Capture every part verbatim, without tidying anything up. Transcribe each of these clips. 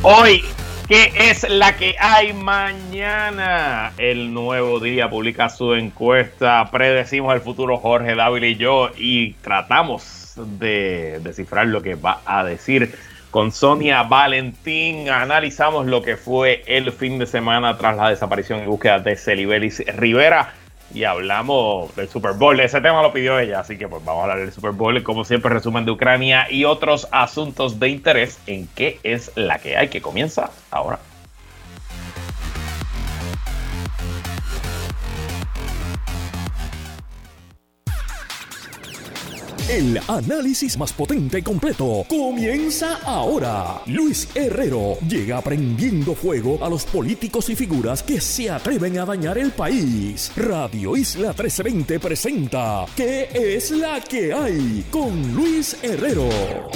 Hoy, ¿qué es la que hay mañana? El Nuevo Día publica su encuesta. Predecimos el futuro Jorge Dávila y yo y tratamos de descifrar lo que va a decir con Sonia Valentín. Analizamos lo que fue el fin de semana tras la desaparición y búsqueda de Celibelis Rivera. Y hablamos del Super Bowl. Ese tema lo pidió ella, así que pues vamos a hablar del Super Bowl. Como siempre, resumen de Ucrania y otros asuntos de interés en qué es la que hay, que comienza ahora. El análisis más potente y completo comienza ahora. Luis Herrero llega prendiendo fuego a los políticos y figuras que se atreven a dañar el país. Radio Isla trece veinte presenta ¿Qué es la que hay? Con Luis Herrero.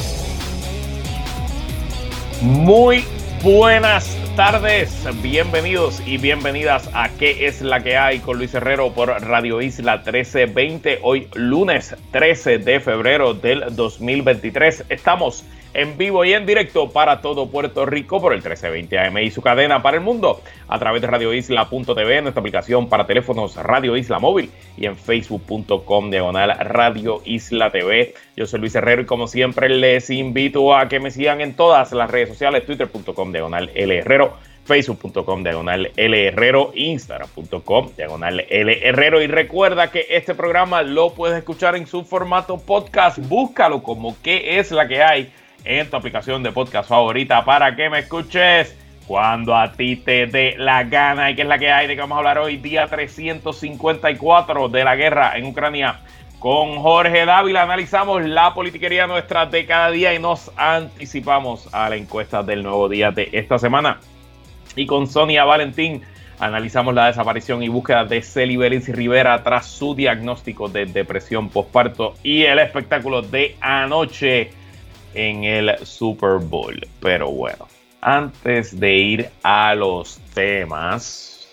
Muy buenas tardes, bienvenidos y bienvenidas a ¿Qué es la que hay? Con Luis Herrero por Radio Isla trece veinte. Hoy lunes trece de febrero del dos mil veintitrés. Estamos en vivo y en directo para todo Puerto Rico por el trece veinte A M y su cadena para el mundo a través de radio isla punto t v, nuestra aplicación para teléfonos Radio Isla Móvil y en facebook punto com diagonal Radio Isla T V. Yo soy Luis Herrero y como siempre les invito a que me sigan en todas las redes sociales, twitter punto com diagonal L Herrero, facebook punto com diagonal L Herrero, instagram punto com diagonal L Herrero. Y recuerda que este programa lo puedes escuchar en su formato podcast. Búscalo como ¿Qué es la que hay? En tu aplicación de podcast favorita para que me escuches cuando a ti te dé la gana. ¿Y qué es la que hay? ¿De qué vamos a hablar hoy? Día trescientos cincuenta y cuatro de la guerra en Ucrania. Con Jorge Dávila analizamos la politiquería nuestra de cada día y nos anticipamos a la encuesta del Nuevo Día de esta semana. Y con Sonia Valentín analizamos la desaparición y búsqueda de Celibelis Rivera tras su diagnóstico de depresión postparto y el espectáculo de anoche en el Super Bowl. Pero bueno, antes de ir a los temas,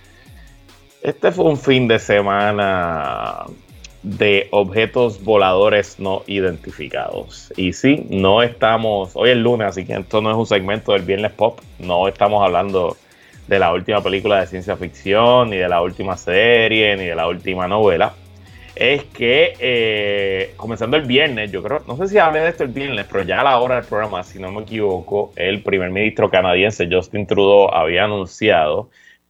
este fue un fin de semana de objetos voladores no identificados. Y sí, no estamos, hoy es lunes, así que esto no es un segmento del Viernes Pop. No estamos hablando de la última película de ciencia ficción, ni de la última serie, ni de la última novela. Es que eh, comenzando el viernes, yo creo, no sé si hablé de esto el viernes, pero ya a la hora del programa, si no me equivoco, el primer ministro canadiense Justin Trudeau había anunciado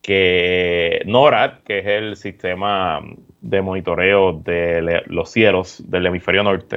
que NORAD, que es el sistema de monitoreo de los cielos del hemisferio norte,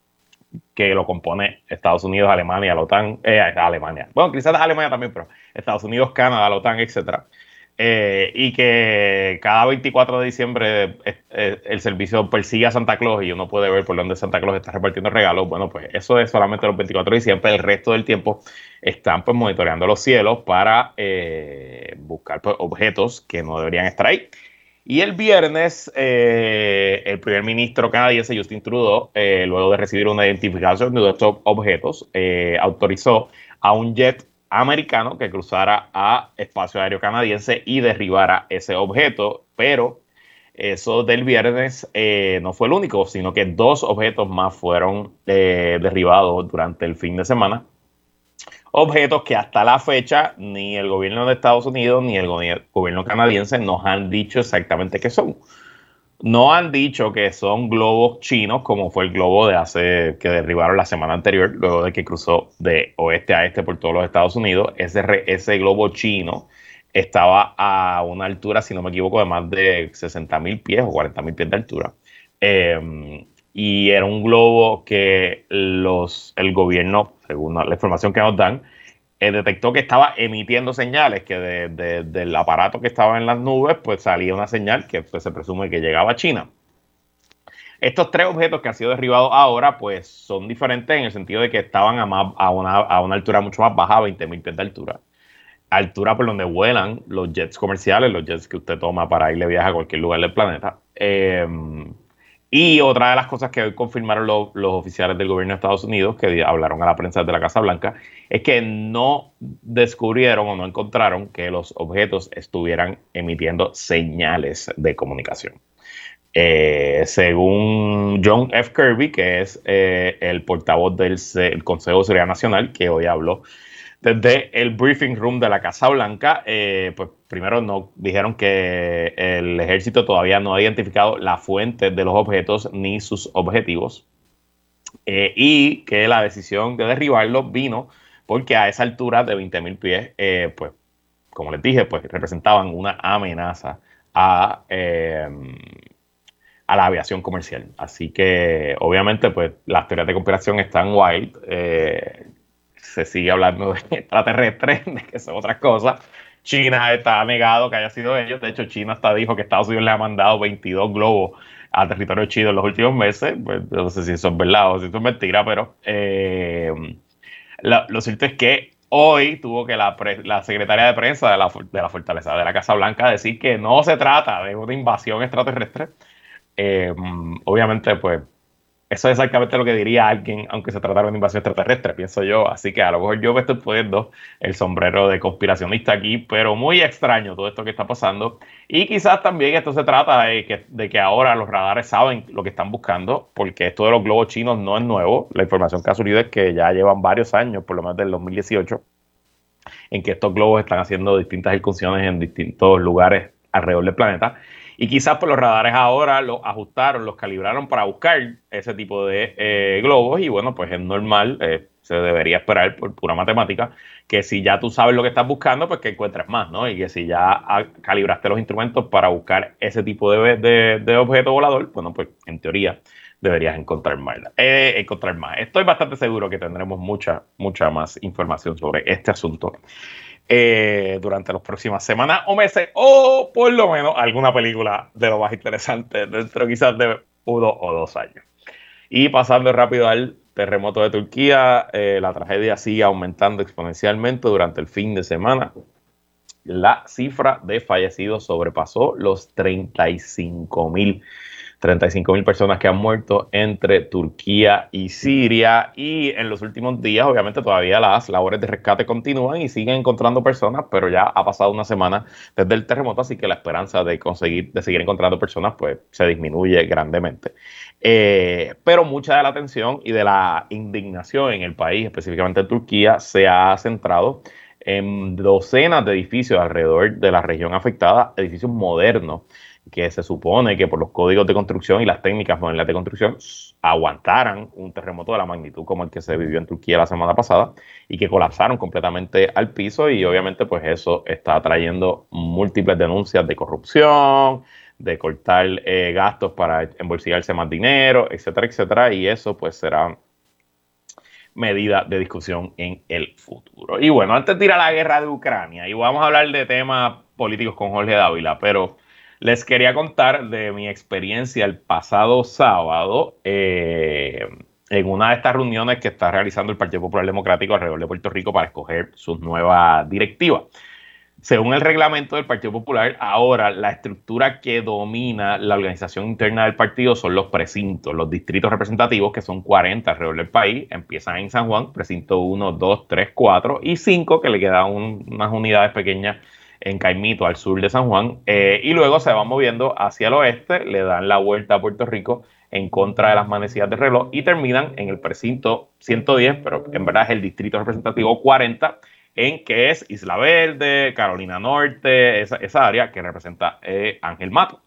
que lo compone Estados Unidos, Alemania, la OTAN, eh, Alemania, bueno, quizás Alemania también, pero Estados Unidos, Canadá, la OTAN, etcétera. Eh, y que cada veinticuatro de diciembre eh, eh, el servicio persigue a Santa Claus y uno puede ver por dónde Santa Claus está repartiendo regalos. Bueno, pues eso es solamente los veinticuatro de diciembre. El resto del tiempo están pues monitoreando los cielos para eh, buscar pues, objetos que no deberían estar ahí. Y el viernes eh, el primer ministro canadiense Justin Trudeau, eh, luego de recibir una identificación de estos objetos, eh, autorizó a un jet americano que cruzara a espacio aéreo canadiense y derribara ese objeto, pero eso del viernes eh, no fue el único, sino que dos objetos más fueron eh, derribados durante el fin de semana. Objetos que hasta la fecha ni el gobierno de Estados Unidos ni el go- gobierno canadiense nos han dicho exactamente qué son. No han dicho que son globos chinos, como fue el globo de hace que derribaron la semana anterior, luego de que cruzó de oeste a este por todos los Estados Unidos. Ese, re, ese globo chino estaba a una altura, si no me equivoco, de más de sesenta mil pies o cuarenta mil pies de altura. Eh, y era un globo que los, el gobierno, según la información que nos dan, Eh, detectó que estaba emitiendo señales, que de, de, del aparato que estaba en las nubes, pues salía una señal que pues, se presume que llegaba a China. Estos tres objetos que han sido derribados ahora, pues son diferentes en el sentido de que estaban a, más, a, una, a una altura mucho más baja, veinte mil pies de altura. Altura por donde vuelan los jets comerciales, los jets que usted toma para ir de viaje a cualquier lugar del planeta. Eh, Y otra de las cosas que hoy confirmaron lo, los oficiales del gobierno de Estados Unidos, que hablaron a la prensa de la Casa Blanca, es que no descubrieron o no encontraron que los objetos estuvieran emitiendo señales de comunicación. Eh, según John F. Kirby, que es eh, el portavoz del el Consejo de Seguridad Nacional, que hoy habló Desde el briefing room de la Casa Blanca, eh, pues primero no, dijeron que el ejército todavía no ha identificado la fuente de los objetos ni sus objetivos, eh, y que la decisión de derribarlos vino porque a esa altura de veinte mil pies, eh, pues como les dije, pues representaban una amenaza a, eh, a la aviación comercial. Así que obviamente pues las teorías de conspiración están wild. Eh, se sigue hablando de extraterrestres, de que son otras cosas. China está negado que haya sido ellos. De hecho, China hasta dijo que Estados Unidos le ha mandado veintidós globos a territorio chino en los últimos meses. Pues, no sé si eso es verdad o si eso es mentira, pero eh, lo, lo cierto es que hoy tuvo que la, pre, la secretaria de prensa de la, de la Fortaleza de la Casa Blanca decir que no se trata de una invasión extraterrestre. Eh, obviamente, pues, eso es exactamente lo que diría alguien, aunque se tratara de una invasión extraterrestre, pienso yo. Así que a lo mejor yo me estoy poniendo el sombrero de conspiracionista aquí, pero muy extraño todo esto que está pasando. Y quizás también esto se trata de que, de que ahora los radares saben lo que están buscando, porque esto de los globos chinos no es nuevo. La información que ha surgido es que ya llevan varios años, por lo menos del dos mil dieciocho, en que estos globos están haciendo distintas incursiones en distintos lugares alrededor del planeta. Y quizás por los radares ahora los ajustaron, los calibraron para buscar ese tipo de eh, globos. Y bueno, pues es normal, eh, se debería esperar por pura matemática, que si ya tú sabes lo que estás buscando, pues que encuentres más, ¿no? Y que si ya calibraste los instrumentos para buscar ese tipo de, de, de objeto volador, bueno, pues en teoría deberías encontrar más, eh, encontrar más. Estoy bastante seguro que tendremos mucha, mucha más información sobre este asunto Eh, durante las próximas semanas o meses, o por lo menos alguna película de lo más interesante dentro quizás de uno o dos años. Y pasando rápido al terremoto de Turquía, eh, la tragedia sigue aumentando exponencialmente durante el fin de semana. La cifra de fallecidos sobrepasó los treinta y cinco mil. treinta y cinco mil personas que han muerto entre Turquía y Siria, y en los últimos días obviamente todavía las labores de rescate continúan y siguen encontrando personas, pero ya ha pasado una semana desde el terremoto, así que la esperanza de conseguir, de seguir encontrando personas pues se disminuye grandemente. Eh, pero mucha de la atención y de la indignación en el país, específicamente en Turquía, se ha centrado en docenas de edificios alrededor de la región afectada, edificios modernos, que se supone que por los códigos de construcción y las técnicas modernas de construcción aguantaran un terremoto de la magnitud como el que se vivió en Turquía la semana pasada, y que colapsaron completamente al piso. Y obviamente pues eso está trayendo múltiples denuncias de corrupción, de cortar eh, gastos para embolsillarse más dinero, etcétera, etcétera, y eso pues será medida de discusión en el futuro. Y bueno, antes de ir a la guerra de Ucrania, y vamos a hablar de temas políticos con Jorge Dávila, pero les quería contar de mi experiencia el pasado sábado eh, en una de estas reuniones que está realizando el Partido Popular Democrático alrededor de Puerto Rico para escoger sus nuevas directivas. Según el reglamento del Partido Popular, ahora la estructura que domina la organización interna del partido son los precintos, los distritos representativos, que son cuarenta alrededor del país. Empiezan en San Juan, precinto uno, dos, tres, cuatro y cinco, que le quedan un, unas unidades pequeñas en Caimito, al sur de San Juan, eh, y luego se van moviendo hacia el oeste, le dan la vuelta a Puerto Rico en contra de las manecillas de reloj y terminan en el precinto ciento diez, pero en verdad es el distrito representativo cuarenta, en que es Isla Verde, Carolina Norte, esa, esa área que representa eh, Ángel Mato.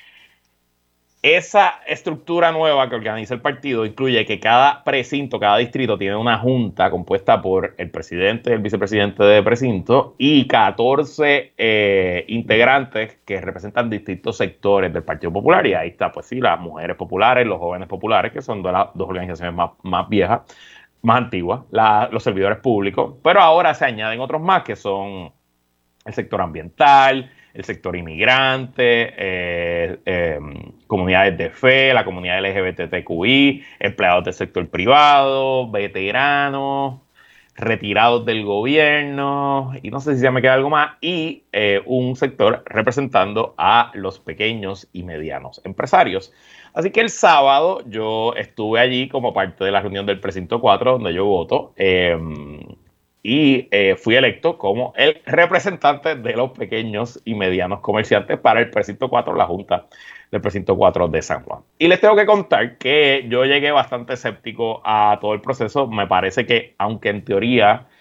Esa estructura nueva que organiza el partido incluye que cada precinto, cada distrito tiene una junta compuesta por el presidente y el vicepresidente de precinto y catorce eh, integrantes que representan distintos sectores del Partido Popular. Y ahí está, pues sí, las mujeres populares, los jóvenes populares, que son de las dos organizaciones más, más viejas, más antiguas, la, los servidores públicos, pero ahora se añaden otros más que son el sector ambiental, el sector inmigrante, eh, eh, comunidades de fe, la comunidad L G B T Q I, empleados del sector privado, veteranos, retirados del gobierno, y no sé si se me queda algo más, y eh, un sector representando a los pequeños y medianos empresarios. Así que el sábado yo estuve allí como parte de la reunión del precinto cuatro, donde yo voto, eh, y eh, fui electo como el representante de los pequeños y medianos comerciantes para el precinto cuatro, la junta del precinto cuatro de San Juan. Y les tengo que contar que yo llegué bastante escéptico a todo el proceso. Me parece que, aunque en teoría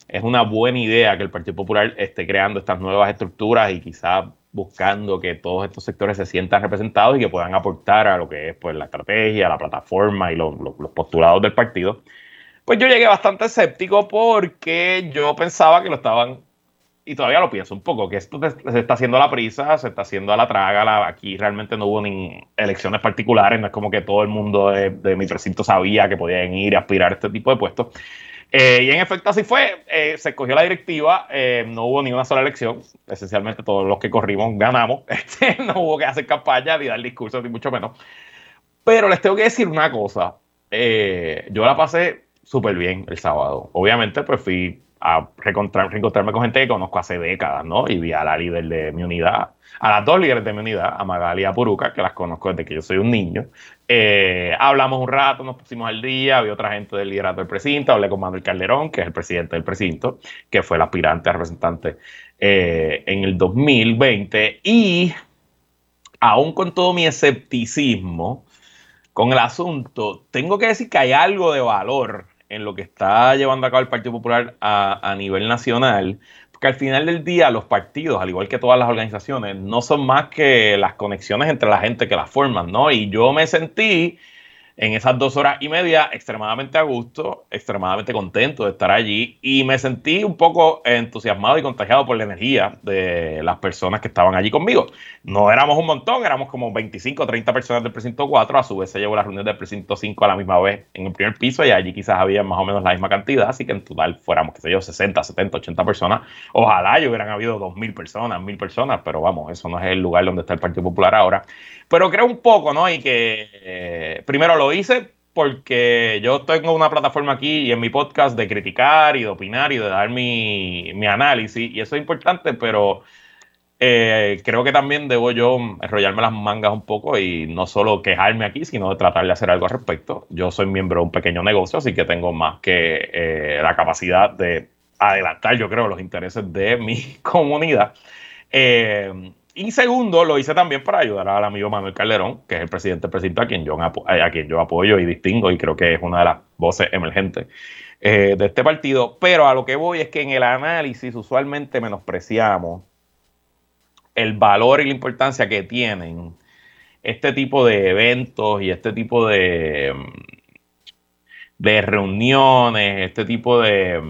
es una buena idea que el Partido Popular esté creando estas nuevas estructuras y quizás buscando que todos estos sectores se sientan representados y que puedan aportar a lo que es pues la estrategia, la plataforma y lo, lo, los postulados del partido. Pues yo llegué bastante escéptico porque yo pensaba que lo estaban, y todavía lo pienso un poco, que esto se está haciendo a la prisa, se está haciendo a la traga. La, aquí realmente no hubo ni elecciones particulares, no es como que todo el mundo de, de mi precinto sabía que podían ir a aspirar a este tipo de puestos. Eh, y en efecto así fue, eh, se escogió la directiva, eh, no hubo ni una sola elección, esencialmente todos los que corrimos ganamos, este, no hubo que hacer campaña ni dar discursos ni mucho menos. Pero les tengo que decir una cosa, eh, yo la pasé súper bien el sábado. Obviamente pues fui a reencontrar, reencontrarme con gente que conozco hace décadas, ¿no? Y vi a la líder de mi unidad, a las dos líderes de mi unidad, a Magali y a Puruca, que las conozco desde que yo soy un niño. Eh, hablamos un rato, nos pusimos al día, había otra gente del liderato del precinto, hablé con Manuel Calderón, que es el presidente del precinto, que fue el aspirante a representante eh, en el dos mil veinte, y aún con todo mi escepticismo con el asunto, tengo que decir que hay algo de valor en lo que está llevando a cabo el Partido Popular a, a nivel nacional, porque al final del día los partidos, al igual que todas las organizaciones, no son más que las conexiones entre la gente que las forman, ¿no? Y yo me sentí en esas dos horas y media extremadamente a gusto, extremadamente contento de estar allí, y me sentí un poco entusiasmado y contagiado por la energía de las personas que estaban allí conmigo. No éramos un montón, éramos como veinticinco o treinta personas del precinto cuatro, a su vez se llevó la reunión del precinto cinco a la misma vez en el primer piso, y allí quizás había más o menos la misma cantidad, así que en total fuéramos, qué sé yo, sesenta, setenta, ochenta personas. Ojalá yo hubieran habido dos mil personas, mil personas, pero vamos, eso no es el lugar donde está el Partido Popular ahora. Pero creo un poco, ¿no? Y que eh, primero lo hice porque yo tengo una plataforma aquí y en mi podcast de criticar y de opinar y de dar mi, mi análisis, y eso es importante, pero eh, creo que también debo yo enrollarme las mangas un poco y no solo quejarme aquí, sino de tratar de hacer algo al respecto. Yo soy miembro de un pequeño negocio, así que tengo más que eh, la capacidad de adelantar, yo creo, los intereses de mi comunidad. Eh, Y segundo, lo hice también para ayudar al amigo Manuel Calderón, que es el presidente del precinto, a quien yo, a quien yo apoyo y distingo, y creo que es una de las voces emergentes eh, de este partido. Pero a lo que voy es que en el análisis usualmente menospreciamos el valor y la importancia que tienen este tipo de eventos y este tipo de, de reuniones, este tipo de,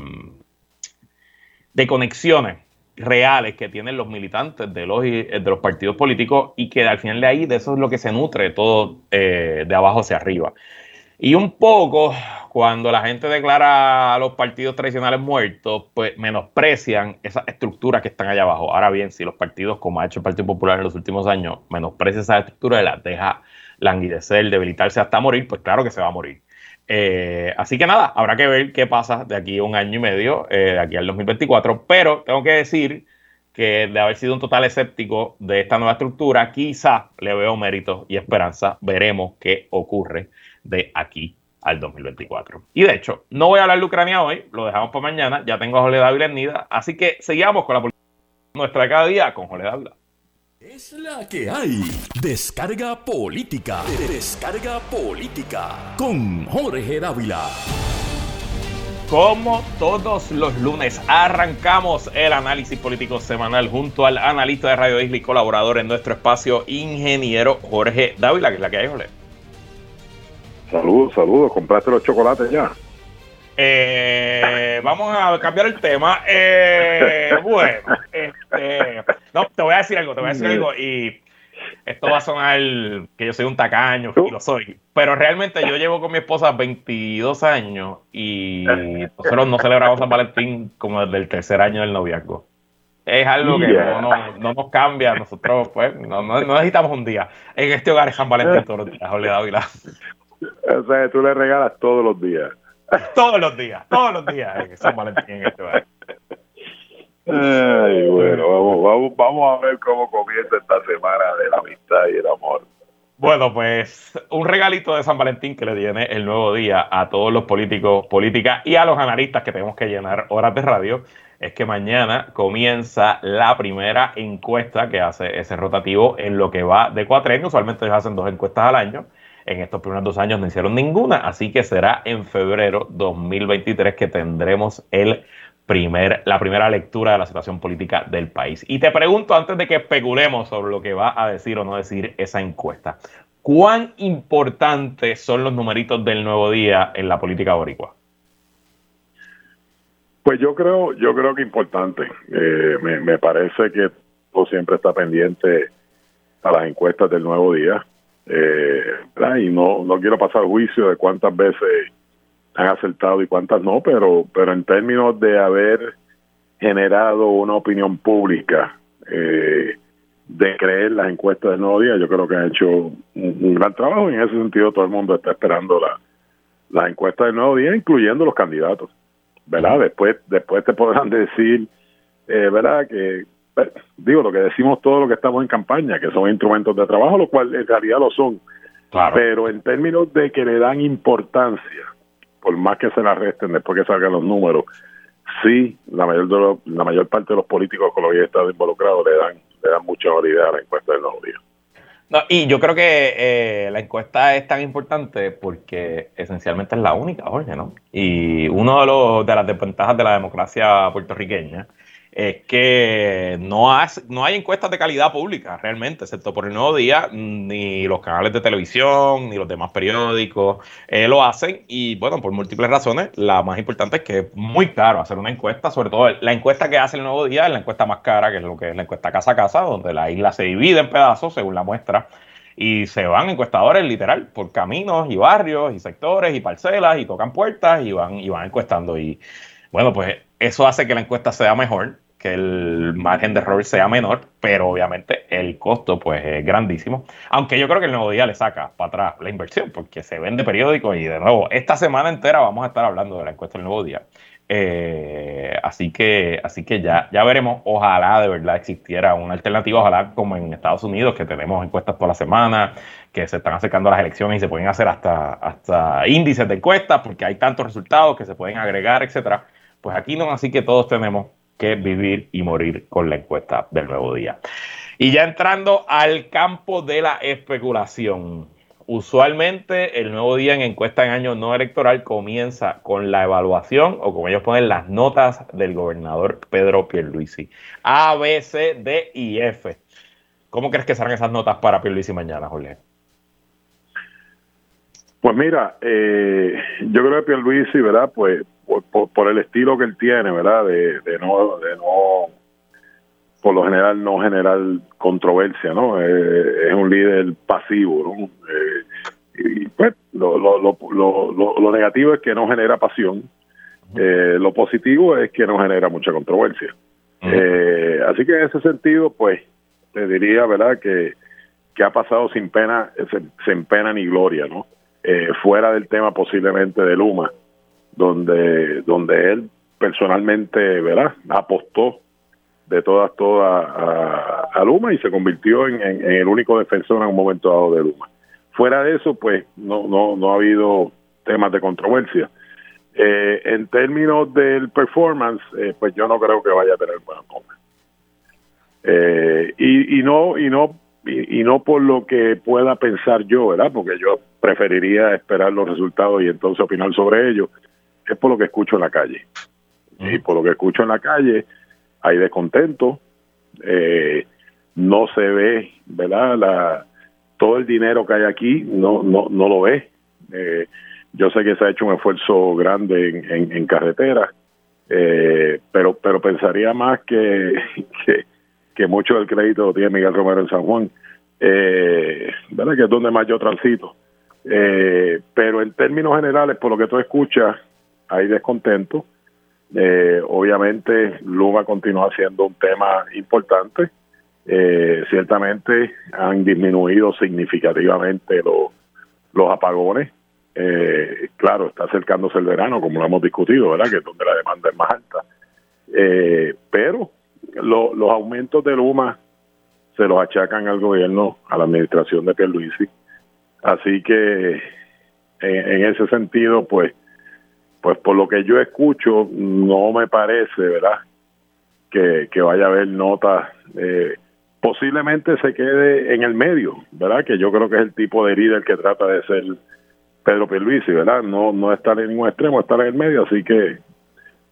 de conexiones reales que tienen los militantes de los, de los partidos políticos, y que al final de ahí de eso es lo que se nutre todo eh, de abajo hacia arriba. Y un poco cuando la gente declara a los partidos tradicionales muertos, pues menosprecian esas estructuras que están allá abajo. Ahora bien, si los partidos, como ha hecho el Partido Popular en los últimos años, menosprecia esas estructuras y las deja languidecer, debilitarse hasta morir, pues claro que se va a morir. Eh, así que nada, habrá que ver qué pasa de aquí a un año y medio, eh, de aquí al dos mil veinticuatro, pero tengo que decir que de haber sido un total escéptico de esta nueva estructura, quizá le veo méritos y esperanza. Veremos qué ocurre de aquí al dos mil veinticuatro. Y de hecho, no voy a hablar de Ucrania hoy, lo dejamos para mañana, ya tengo a Jorge Dávila en Nida, así que sigamos con la política nuestra de cada día con Jorge Dávila. Es la que hay. Descarga política. Descarga política con Jorge Dávila. Como todos los lunes, arrancamos el análisis político semanal junto al analista de Radio Isla y colaborador en nuestro espacio, ingeniero Jorge Dávila, que es la que hay, Jorge. Saludos, saludos. ¿Compraste los chocolates ya? Eh, vamos a cambiar el tema. Eh, bueno, este, no, te voy a decir algo, te voy a decir algo y esto va a sonar que yo soy un tacaño, y lo soy, pero realmente yo llevo con mi esposa veintidós años y nosotros no celebramos San Valentín como desde el tercer año del noviazgo. Es algo que yeah. no, no, no nos cambia. Nosotros pues no, no, no necesitamos un día. En este hogar es San Valentín todos los días, Jorge Dávila. O sea, tú le regalas todos los días. Todos los días, todos los días en San Valentín en este hogar. Ay, bueno, vamos, vamos, vamos a ver cómo comienza esta semana de la amistad y el amor. Bueno, pues un regalito de San Valentín que le tiene el Nuevo Día a todos los políticos, políticas y a los analistas que tenemos que llenar horas de radio es que mañana comienza la primera encuesta que hace ese rotativo en lo que va de cuatrenio. Usualmente ellos hacen dos encuestas al año. En estos primeros dos años no hicieron ninguna, así que será en febrero dos mil veintitrés que tendremos el primer, la primera lectura de la situación política del país. Y te pregunto, antes de que especulemos sobre lo que va a decir o no decir esa encuesta, ¿cuán importantes son los numeritos del Nuevo Día en la política boricua? Pues yo creo, yo creo que importante. Eh, me, me parece que todo siempre está pendiente a las encuestas del Nuevo Día. Eh, y no, no quiero pasar juicio de cuántas veces han acertado y cuántas no, pero, pero en términos de haber generado una opinión pública, eh, de creer las encuestas del Nuevo Día, yo creo que han hecho un, un gran trabajo, y en ese sentido todo el mundo está esperando la, las encuestas del Nuevo Día, incluyendo los candidatos, ¿verdad? Después, después te podrán decir, eh, ¿verdad? Que, digo, lo que decimos todos los que estamos en campaña, que son instrumentos de trabajo, lo cual en realidad lo son, claro. Pero en términos de que le dan importancia, por más que se la resten después que salgan los números, sí, la mayor de los, la mayor parte de los políticos con los que he estado involucrados le dan, le dan mucha validez a la encuesta del Nuevo Día. No, y yo creo que eh, la encuesta es tan importante porque esencialmente es la única, Jorge, ¿no? Y uno de los de las desventajas de la democracia puertorriqueña es que no, has, no hay encuestas de calidad pública realmente, excepto por el Nuevo Día, ni los canales de televisión, ni los demás periódicos eh, lo hacen, y bueno, por múltiples razones. La más importante es que es muy caro hacer una encuesta, sobre todo la encuesta que hace el Nuevo Día es la encuesta más cara, que es lo que es la encuesta casa a casa, donde la isla se divide en pedazos según la muestra, y se van encuestadores literal por caminos y barrios y sectores y parcelas y tocan puertas y van, y van encuestando, y bueno, pues eso hace que la encuesta sea mejor, que el margen de error sea menor, pero obviamente el costo pues es grandísimo. Aunque yo creo que el Nuevo Día le saca para atrás la inversión, porque se vende periódicos, y de nuevo, esta semana entera vamos a estar hablando de la encuesta del Nuevo Día. Eh, así que, así que ya, ya veremos. Ojalá de verdad existiera una alternativa, ojalá como en Estados Unidos, que tenemos encuestas toda la semana, que se están acercando a las elecciones y se pueden hacer hasta, hasta índices de encuestas, porque hay tantos resultados que se pueden agregar, etcétera. Pues aquí no, así que todos tenemos que vivir y morir con la encuesta del Nuevo Día. Y ya entrando al campo de la especulación, usualmente el Nuevo Día en encuesta en año no electoral comienza con la evaluación, o como ellos ponen, las notas del gobernador Pedro Pierluisi. A, B, C, D y F. ¿Cómo crees que serán esas notas para Pierluisi mañana, Jorge? Pues mira, eh, yo creo que Pierluisi, ¿verdad? Pues por, por, por el estilo que él tiene, ¿verdad? De, de no, de no, por lo general no generar controversia, ¿no? Eh, es un líder pasivo, ¿no? Eh, y pues lo, lo, lo, lo, lo, lo negativo es que no genera pasión. Eh, lo positivo es que no genera mucha controversia. Uh-huh. Eh, así que en ese sentido, pues, te diría, ¿verdad? Que, que ha pasado sin pena, sin pena ni gloria, ¿no? Eh, fuera del tema posiblemente de Luma, donde donde él personalmente, ¿verdad?, apostó de todas, todas a, a Luma y se convirtió en, en, en el único defensor en un momento dado de Luma. Fuera de eso, pues, no no no ha habido temas de controversia. Eh, en términos del performance, eh, pues yo no creo que vaya a tener buenos nombres. Eh, y, y no, y no Y, y no por lo que pueda pensar yo, ¿verdad? Porque yo preferiría esperar los resultados y entonces opinar sobre ellos. Es por lo que escucho en la calle. Y por lo que escucho en la calle hay descontento. Eh, no se ve, ¿verdad? La, todo el dinero que hay aquí no no no lo ve. Eh, yo sé que se ha hecho un esfuerzo grande en, en, en carreteras, eh, pero pero pensaría más que... que que mucho del crédito lo tiene Miguel Romero en San Juan, eh, ¿verdad? Que es donde más yo transito. Eh, pero en términos generales, por lo que tú escuchas, hay descontento. Eh, obviamente, Luma continúa siendo un tema importante. Eh, ciertamente han disminuido significativamente los, los apagones. Eh, claro, está acercándose el verano, como lo hemos discutido, ¿verdad? Que es donde la demanda es más alta. Eh, pero Lo, los aumentos de Luma se los achacan al gobierno, a la administración de Pierluisi. Así que en, en ese sentido, pues, pues por lo que yo escucho, no me parece, ¿verdad?, que, que vaya a haber notas. Eh, posiblemente se quede en el medio, ¿verdad?, que yo creo que es el tipo de líder que trata de ser Pedro Pierluisi, ¿verdad? No, no estar en ningún extremo, estar en el medio. Así que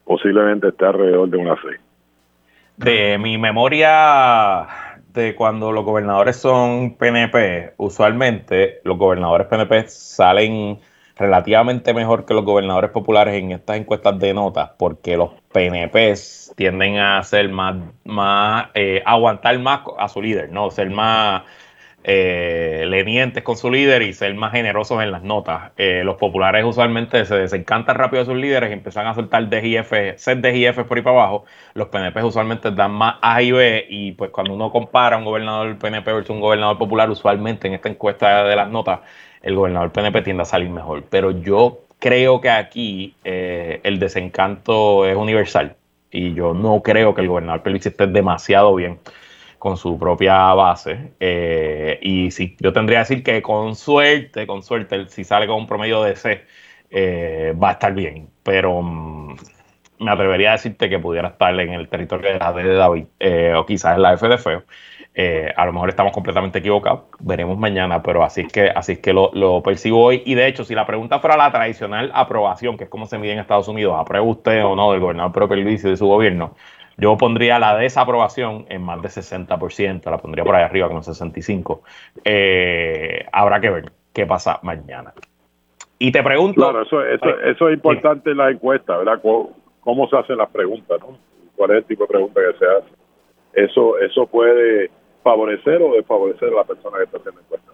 posiblemente esté alrededor de una seis. De mi memoria de cuando los gobernadores son P N P, usualmente los gobernadores P N P salen relativamente mejor que los gobernadores populares en estas encuestas de notas, porque los P N Ps tienden a ser más, más eh, aguantar más a su líder, ¿no? Ser más eh, lenientes con su líder y ser más generosos en las notas. Eh, los populares usualmente se desencantan rápido de sus líderes y empiezan a soltar D y F, set D y F por ahí para abajo. Los P N Ps usualmente dan más A y B, y pues cuando uno compara un gobernador P N P versus un gobernador popular, usualmente en esta encuesta de las notas, el gobernador P N P tiende a salir mejor. Pero yo creo que aquí eh, el desencanto es universal, y yo no creo que el gobernador Pierluisi esté demasiado bien con su propia base, eh, y sí, yo tendría que decir que con suerte, con suerte, si sale con un promedio de C, eh, va a estar bien, pero um, me atrevería a decirte que pudiera estar en el territorio de la D de David, eh, o quizás en la F de feo. Eh, a lo mejor estamos completamente equivocados, veremos mañana, pero así es que, así es que lo, lo percibo hoy. Y de hecho, si la pregunta fuera la tradicional aprobación, que es como se mide en Estados Unidos, ¿aprueba usted o no del gobernador Pedro Pierluisi y de su gobierno? Yo pondría la desaprobación en más de sesenta por ciento, la pondría por ahí arriba con sesenta y cinco por ciento. Eh, habrá que ver qué pasa mañana. Y te pregunto... Claro, eso, eso, eso es importante en la encuesta, ¿verdad? ¿Cómo, cómo se hacen las preguntas, ¿no? ¿Cuál es el tipo de pregunta que se hace? Eso, eso puede favorecer o desfavorecer a la persona que está haciendo encuesta.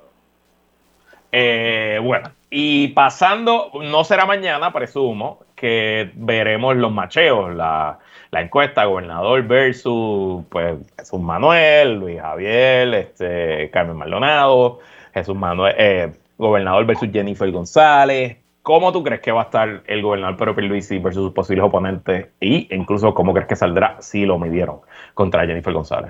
Eh, bueno, y pasando, no será mañana, presumo, que veremos los macheos, la, la encuesta gobernador versus pues Jesús Manuel, Luis Javier, este, Carmen Maldonado, Jesús Manuel, eh, gobernador versus Jennifer González. ¿Cómo tú crees que va a estar el gobernador Pedro Pierluisi versus sus posibles oponentes? Y incluso, ¿cómo crees que saldrá si lo midieron contra Jennifer González?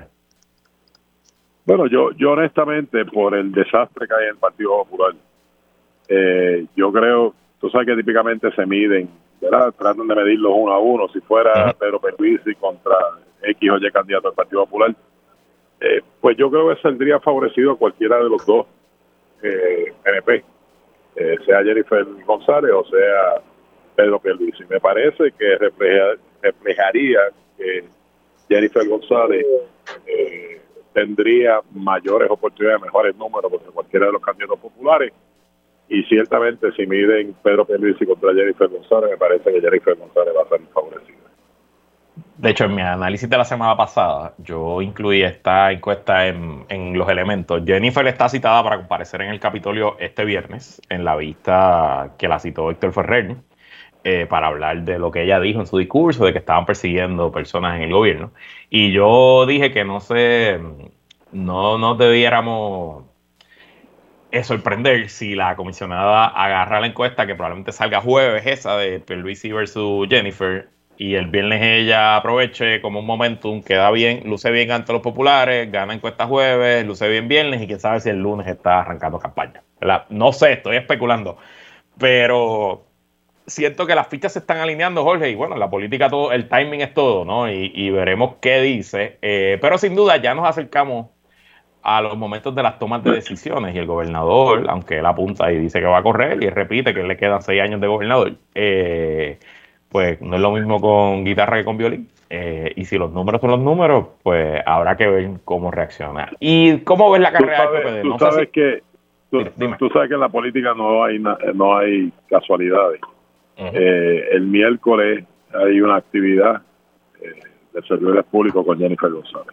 Bueno, yo, yo honestamente, por el desastre que hay en el Partido Popular, eh, yo creo, tú sabes que típicamente se miden, ¿verdad? Tratan de medirlos uno a uno. Si fuera uh-huh. Pedro Pierluisi contra X o Y candidato del Partido Popular, eh, pues yo creo que saldría favorecido a cualquiera de los dos eh, P N P, eh, sea Jennifer González o sea Pedro Pierluisi. Me parece que refleja, reflejaría que Jennifer González eh, tendría mayores oportunidades, mejores números contra cualquiera de los candidatos populares, y ciertamente si miden Pedro Pierluisi contra Jennifer González, me parece que Jennifer González va a ser favorecida. De hecho, en mi análisis de la semana pasada, yo incluí esta encuesta en, en los elementos. Jennifer está citada para comparecer en el Capitolio este viernes, en la vista que la citó Héctor Ferrer, eh, para hablar de lo que ella dijo en su discurso, de que estaban persiguiendo personas en el gobierno. Y yo dije que no sé, no nos debiéramos eh, sorprender si la comisionada agarra la encuesta, que probablemente salga jueves, esa de Pierluisi versus Jennifer, y el viernes ella aproveche como un momentum, queda bien, luce bien ante los populares, gana encuesta jueves, luce bien viernes, y quién sabe si el lunes está arrancando campaña, ¿verdad? No sé, estoy especulando, pero siento que las fichas se están alineando, Jorge, y bueno, la política, todo, el timing es todo, ¿no? Y, y veremos qué dice, eh, pero sin duda ya nos acercamos a los momentos de las tomas de decisiones, y el gobernador, aunque él apunta y dice que va a correr, y él repite que le quedan seis años de gobernador, eh, pues no es lo mismo con guitarra que con violín, eh, y si los números son los números, pues habrá que ver cómo reacciona. ¿Y cómo ves la carrera del P P D? Tú No sabes sé si... que tú, Dime. tú sabes que en la política no hay no hay casualidades. Uh-huh. Eh, el miércoles hay una actividad eh, de servidores públicos con Jennifer González.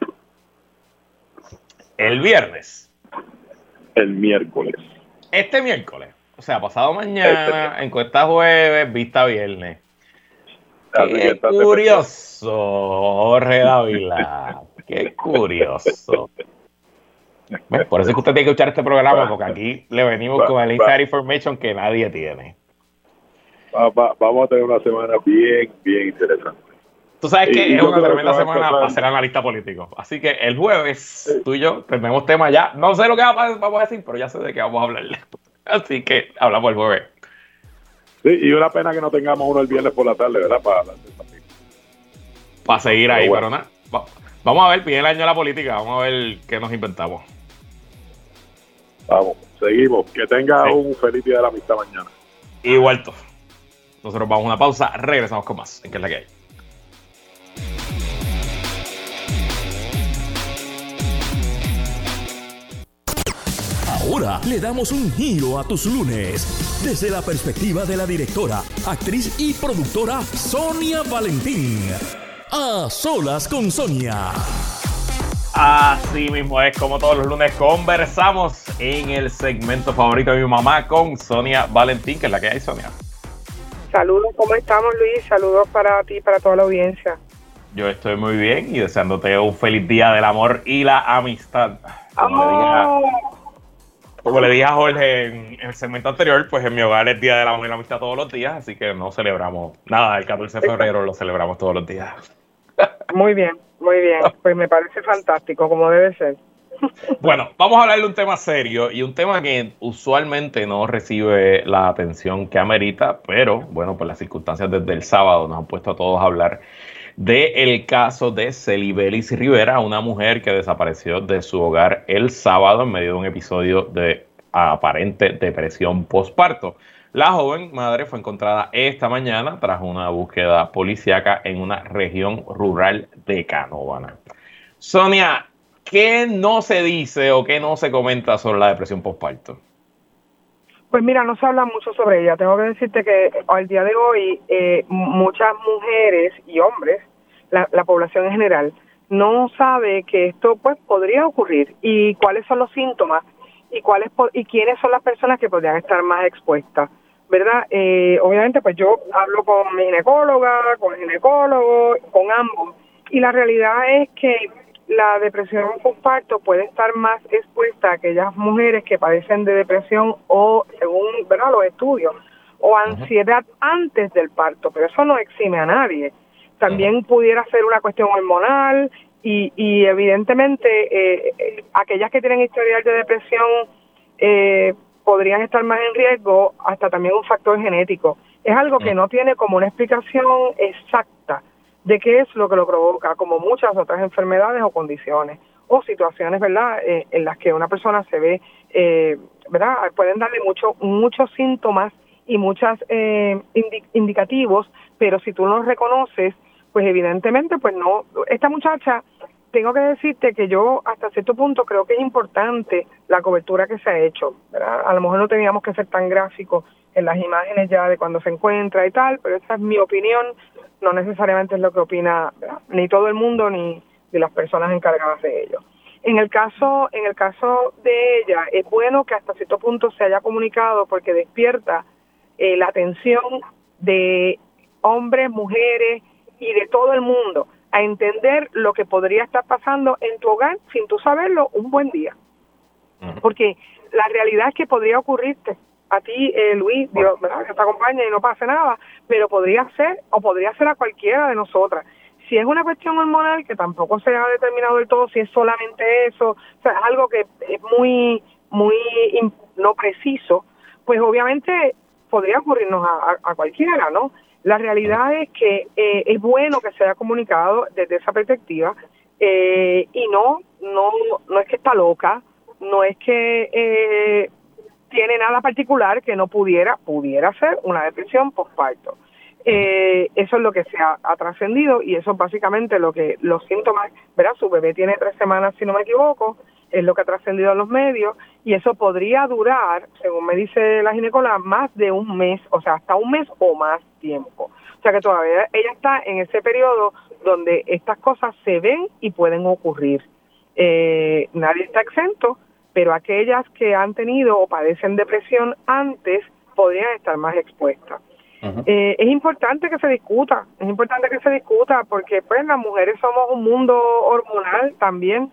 ¿El viernes? El miércoles. Este miércoles. O sea, pasado mañana, este encuesta jueves, vista viernes. Qué curioso, Jorge Dávila. Qué curioso. Bueno, por eso es que usted tiene que escuchar este programa, porque aquí le venimos va, con el inside information que nadie tiene. Va, va, vamos a tener una semana bien, bien interesante. Tú sabes que y es una tremenda semana para ser analista político. Así que el jueves, sí, tú y yo tenemos tema ya. No sé lo que vamos a decir, pero ya sé de qué vamos a hablar. Así que hablamos el jueves. Sí, y una pena que no tengamos uno el viernes por la tarde, ¿verdad? Para, para seguir ahí, pero, bueno. pero nada. Vamos a ver, pide el año de la política. Vamos a ver qué nos inventamos. Vamos, seguimos. Que tenga sí. un feliz día de la amistad mañana. Igual tú. Nosotros vamos a una pausa. Regresamos con más. ¿En qué es la que hay? Ahora le damos un giro a tus lunes desde la perspectiva de la directora, actriz y productora Sonia Valentín. A solas con Sonia. Así mismo es, como todos los lunes conversamos en el segmento favorito de mi mamá con Sonia Valentín, que es la que hay, Sonia. Saludos, ¿cómo estamos, Luis? Saludos para ti y para toda la audiencia. Yo estoy muy bien y deseándote un feliz día del amor y la amistad. Como, oh. le, dije a, como le dije a Jorge en, en el segmento anterior, pues en mi hogar es día del amor y la amistad todos los días, así que no celebramos nada, el catorce de febrero lo celebramos todos los días. Muy bien, muy bien, pues me parece fantástico, como debe ser. Bueno, vamos a hablar de un tema serio y un tema que usualmente no recibe la atención que amerita, pero bueno, pues las circunstancias desde el sábado nos han puesto a todos a hablar del caso de Celibelis Rivera, una mujer que desapareció de su hogar el sábado en medio de un episodio de aparente depresión postparto. La joven madre fue encontrada esta mañana tras una búsqueda policíaca en una región rural de Canóvana. Sonia, ¿qué no se dice o qué no se comenta sobre la depresión postparto? Pues mira, no se habla mucho sobre ella. Tengo que decirte que al día de hoy eh, muchas mujeres y hombres, la, la población en general, no sabe que esto pues podría ocurrir y cuáles son los síntomas y cuáles y quiénes son las personas que podrían estar más expuestas, ¿verdad? Eh, obviamente pues yo hablo con mi ginecóloga, con el ginecólogo, con ambos, y la realidad es que la depresión postparto puede estar más expuesta a aquellas mujeres que padecen de depresión o, según, ¿verdad?, los estudios, o ansiedad uh-huh. antes del parto, pero eso no exime a nadie. También uh-huh. pudiera ser una cuestión hormonal y, y evidentemente eh, eh, aquellas que tienen historial de depresión eh, podrían estar más en riesgo, hasta también un factor genético. Es algo uh-huh. que no tiene como una explicación exacta de qué es lo que lo provoca, como muchas otras enfermedades o condiciones o situaciones, ¿verdad?, eh, en las que una persona se ve, eh, ¿verdad?, pueden darle mucho, muchos síntomas y muchos eh, indi- indicativos, pero si tú no los reconoces, pues evidentemente, pues no. Esta muchacha, tengo que decirte que yo hasta cierto punto creo que es importante la cobertura que se ha hecho, ¿verdad? A lo mejor no teníamos que ser tan gráficos en las imágenes ya de cuando se encuentra y tal, pero esa es mi opinión. No necesariamente es lo que opina, ¿verdad?, ni todo el mundo ni de las personas encargadas de ello. En el caso, en el caso de ella, es bueno que hasta cierto punto se haya comunicado porque despierta eh, la atención de hombres, mujeres y de todo el mundo a entender lo que podría estar pasando en tu hogar sin tú saberlo un buen día. Porque la realidad es que podría ocurrirte a ti, eh, Luis, Dios, ¿verdad?, que te acompaña y no pase nada, pero podría ser, o podría ser a cualquiera de nosotras. Si es una cuestión hormonal, que tampoco se ha determinado del todo si es solamente eso, o sea, es algo que es muy, muy in, no preciso, pues obviamente podría ocurrirnos a, a, a cualquiera, ¿no? La realidad es que eh, es bueno que se haya comunicado desde esa perspectiva, eh, y no, no, no es que está loca, no es que eh, tiene nada particular que no pudiera, pudiera ser una depresión postparto. Eh, eso es lo que se ha, ha trascendido y eso es básicamente lo que los síntomas, ¿verdad? Su bebé tiene tres semanas, si no me equivoco, es lo que ha trascendido en los medios y eso podría durar, según me dice la ginecóloga, más de un mes, o sea, hasta un mes o más tiempo. O sea que todavía ella está en ese periodo donde estas cosas se ven y pueden ocurrir. Eh, nadie está exento, pero aquellas que han tenido o padecen depresión antes podrían estar más expuestas. Uh-huh. Eh, es importante que se discuta, es importante que se discuta porque pues las mujeres somos un mundo hormonal también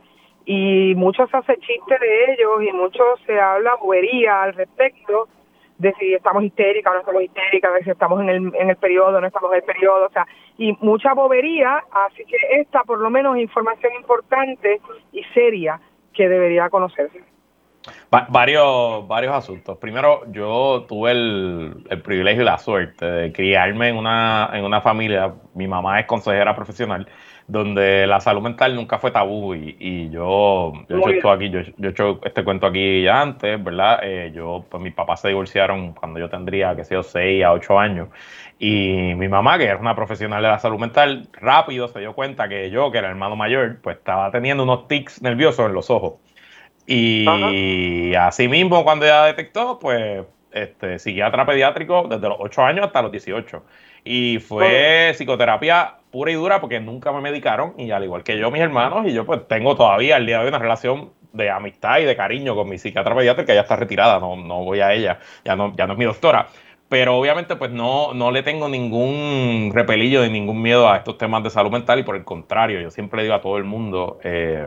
y mucho se hace chiste de ellos y mucho se habla bobería al respecto de si estamos histéricas o no estamos histéricas, de si estamos en el, en el periodo o no estamos en el periodo, o sea, y mucha bobería, así que esta por lo menos es información importante y seria que debería conocerse. Va- varios, varios asuntos. Primero, yo tuve el, el privilegio y la suerte de criarme en una, en una familia, mi mamá es consejera profesional, donde la salud mental nunca fue tabú y, y yo, yo he hecho esto aquí, yo, yo he hecho este cuento aquí ya antes, ¿verdad? Eh, yo, pues mis papás se divorciaron cuando yo tendría, qué sé yo, seis a ocho años y mi mamá, que era una profesional de la salud mental, rápido se dio cuenta que yo, que era el hermano mayor, pues estaba teniendo unos tics nerviosos en los ojos. Y Ajá. así mismo, cuando ella detectó, pues, este, psiquiatra pediátrico desde los ocho años hasta los dieciocho. Y fue psicoterapia pura y dura porque nunca me medicaron. Y al igual que yo, mis hermanos, y yo pues tengo todavía al día de hoy una relación de amistad y de cariño con mi psiquiatra pediátrica. Ella está retirada, no, no voy a ella, ya no, ya no es mi doctora. Pero obviamente pues no, no le tengo ningún repelillo ni ningún miedo a estos temas de salud mental. Y por el contrario, yo siempre le digo a todo el mundo... Eh,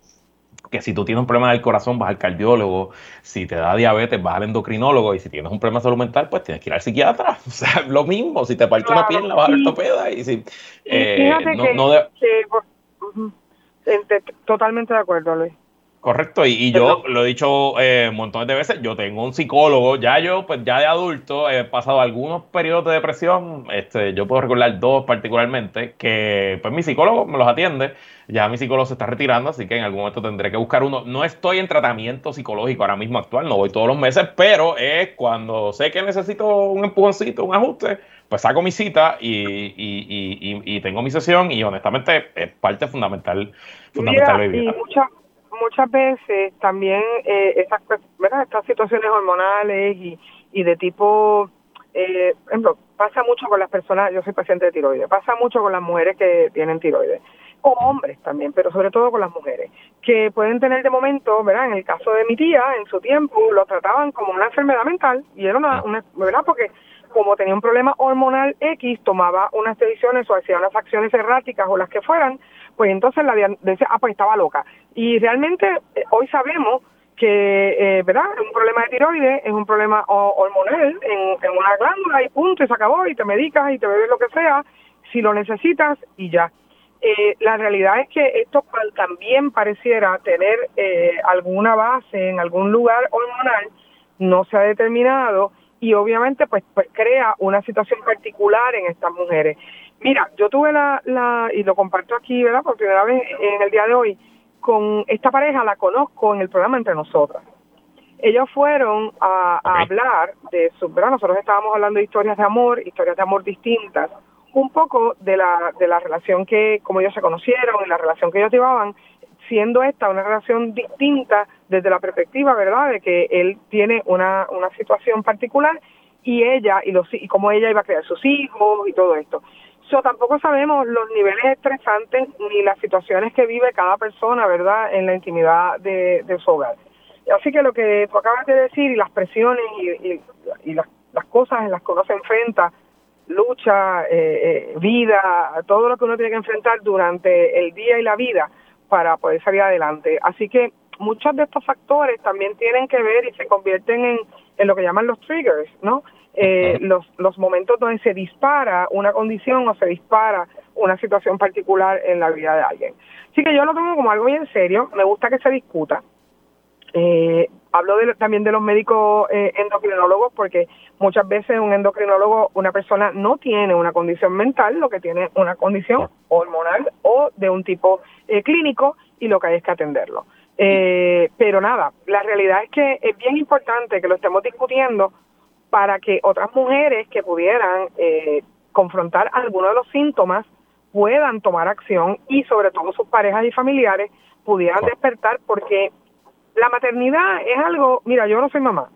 que si tú tienes un problema del corazón vas al cardiólogo, si te da diabetes vas al endocrinólogo y si tienes un problema de salud mental pues tienes que ir al psiquiatra. O sea, lo mismo, si te parte claro, una pierna vas al ortopeda y si... Eh, fíjate no, que, no de... que uh, uh, totalmente de acuerdo, Luis. Correcto, y, y yo lo he dicho eh, montones de veces, yo tengo un psicólogo, ya yo, pues ya de adulto, he pasado algunos periodos de depresión, este, yo puedo recordar dos particularmente, que pues mi psicólogo me los atiende, ya mi psicólogo se está retirando, así que en algún momento tendré que buscar uno. No estoy en tratamiento psicológico ahora mismo actual, no voy todos los meses, pero es cuando sé que necesito un empujoncito, un ajuste, pues saco mi cita y, y, y, y, y tengo mi sesión y honestamente es parte fundamental, fundamental de mi vida. Y mucha... Muchas veces también eh, estas, ¿verdad? estas situaciones hormonales y, y de tipo, eh, por ejemplo, pasa mucho con las personas, yo soy paciente de tiroides, pasa mucho con las mujeres que tienen tiroides, o hombres también, pero sobre todo con las mujeres, que pueden tener de momento, ¿verdad? En el caso de mi tía, en su tiempo, lo trataban como una enfermedad mental, y era una, una ¿verdad? Porque como tenía un problema hormonal X, tomaba unas decisiones o hacía unas acciones erráticas o las que fueran, pues entonces la decía, ah, pues estaba loca. Y realmente eh, hoy sabemos que, eh, ¿verdad? Un problema de tiroides es un problema o, hormonal en, en una glándula y punto, y se acabó, y te medicas y te bebes lo que sea, si lo necesitas y ya. Eh, la realidad es que esto también pareciera tener eh, alguna base en algún lugar hormonal, no se ha determinado, y obviamente pues, pues crea una situación particular en estas mujeres. Mira, yo tuve la, la, y lo comparto aquí, ¿verdad? Por primera vez en el día de hoy, con esta pareja la conozco en el programa Entre Nosotras. Ellos fueron a, a okay. hablar de su, ¿verdad? Nosotros estábamos hablando de historias de amor, historias de amor distintas, un poco de la, de la relación que, como ellos se conocieron, y la relación que ellos llevaban, siendo esta una relación distinta desde la perspectiva, ¿verdad?, de que él tiene una, una situación particular y ella, y, los, y cómo ella iba a criar sus hijos y todo esto. So, tampoco sabemos los niveles estresantes ni las situaciones que vive cada persona, ¿verdad?, en la intimidad de, de su hogar. Así que lo que tú acabas de decir y las presiones y, y, y las, las cosas en las que uno se enfrenta, lucha, eh, eh, vida, todo lo que uno tiene que enfrentar durante el día y la vida para poder salir adelante. Así que muchos de estos factores también tienen que ver y se convierten en, en lo que llaman los triggers, ¿no? Eh, los, los momentos donde se dispara una condición o se dispara una situación particular en la vida de alguien. Así que yo lo tomo como algo bien serio, me gusta que se discuta. Eh, hablo de, también de los médicos eh, endocrinólogos, porque muchas veces un endocrinólogo, una persona no tiene una condición mental, lo que tiene una condición hormonal o de un tipo eh, clínico, y lo que hay es que atenderlo. Eh, pero nada, la realidad es que es bien importante que lo estemos discutiendo para que otras mujeres que pudieran eh, confrontar algunos de los síntomas puedan tomar acción, y sobre todo sus parejas y familiares pudieran despertar, porque la maternidad es algo, mira, yo no soy mamá,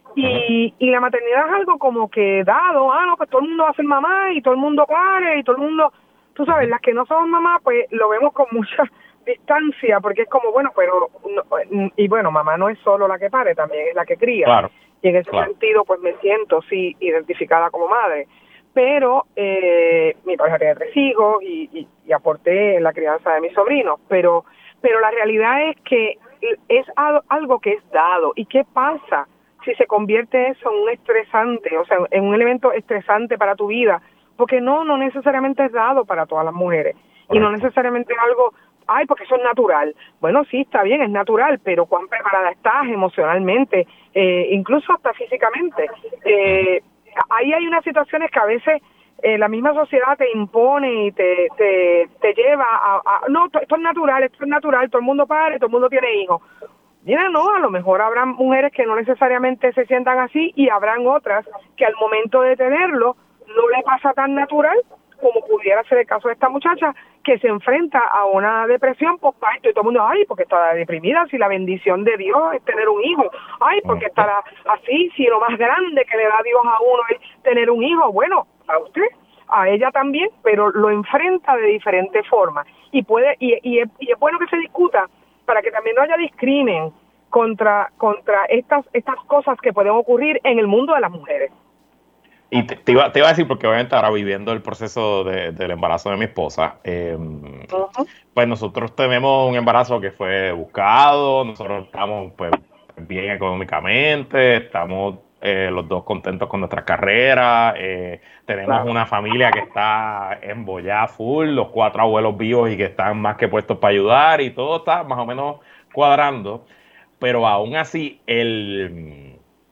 y, y la maternidad es algo como que dado, ah, no, pues todo el mundo va a ser mamá, y todo el mundo pare, y todo el mundo, tú sabes, las que no somos mamá, pues lo vemos con mucha distancia, porque es como, bueno, pero, no, y bueno, mamá no es solo la que pare, también es la que cría, claro, y en ese claro. sentido, pues me siento, sí, identificada como madre, pero eh, mi pareja tiene tres hijos, y, y, y aporté en la crianza de mis sobrinos, pero, pero la realidad es que es algo que es dado. ¿Y qué pasa si se convierte eso en un estresante, o sea, en un elemento estresante para tu vida? Porque no, no necesariamente es dado para todas las mujeres. Correcto. Y no necesariamente es algo, ay, porque eso es natural. Bueno, sí, está bien, es natural, pero cuán preparada estás emocionalmente, eh, incluso hasta físicamente. Eh, ahí hay unas situaciones que a veces Eh, la misma sociedad te impone y te te, te lleva a, a no, esto es natural, esto es natural, todo el mundo pare, todo el mundo tiene hijos. Mira, no, a lo mejor habrán mujeres que no necesariamente se sientan así, y habrán otras que al momento de tenerlo no le pasa tan natural como pudiera ser el caso de esta muchacha que se enfrenta a una depresión postparto y todo el mundo, ay, porque está deprimida, si la bendición de Dios es tener un hijo, ay, porque estará así, si lo más grande que le da Dios a uno es tener un hijo. Bueno, a usted, a ella también, pero lo enfrenta de diferentes formas y puede y, y, es, y es bueno que se discuta para que también no haya discrimen contra contra estas estas cosas que pueden ocurrir en el mundo de las mujeres. Y te, te, iba, te iba a decir, porque obviamente ahora viviendo el proceso de, del embarazo de mi esposa, eh, uh-huh. pues nosotros tenemos un embarazo que fue buscado, nosotros estamos pues bien económicamente, estamos eh, los dos contentos con nuestra carrera, eh, tenemos claro. una familia que está embollada full, los cuatro abuelos vivos y que están más que puestos para ayudar y todo está más o menos cuadrando, pero aún así el...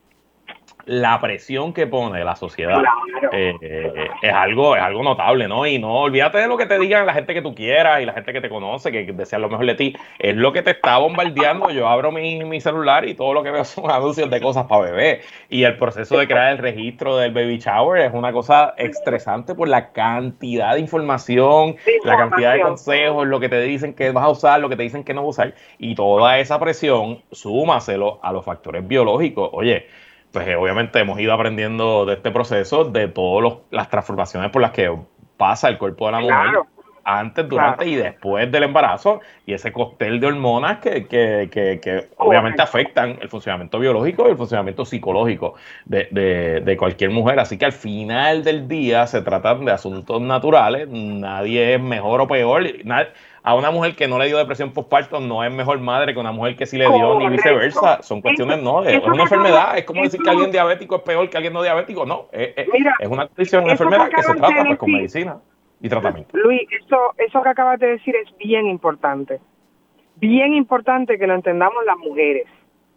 la presión que pone la sociedad claro. eh, eh, es algo es algo notable, ¿no? Y no olvídate de lo que te digan la gente que tú quieras y la gente que te conoce, que desea lo mejor de ti. Es lo que te está bombardeando. Yo abro mi, mi celular y todo lo que veo son anuncios de cosas para bebé. Y el proceso de crear el registro del baby shower es una cosa estresante por la cantidad de información, sí, la cantidad de consejos, lo que te dicen que vas a usar, lo que te dicen que no vas a usar. Y toda esa presión, súmaselo a los factores biológicos. Oye, pues eh, obviamente hemos ido aprendiendo de este proceso, de todas las transformaciones por las que pasa el cuerpo de la mujer claro. antes, durante claro. y después del embarazo, y ese cóctel de hormonas que, que, que, que obviamente afectan el funcionamiento biológico y el funcionamiento psicológico de, de, de cualquier mujer. Así que al final del día se tratan de asuntos naturales, nadie es mejor o peor, nadie, a una mujer que no le dio depresión postparto no es mejor madre que una mujer que sí le dio, ni viceversa. Son cuestiones, no, es una enfermedad. Es como decir que alguien diabético es peor que alguien no diabético. No, es, Mira, es una condición, una enfermedad que se trata pues, con medicina y tratamiento. Luis, eso, eso que acabas de decir es bien importante. Bien importante que lo entendamos las mujeres.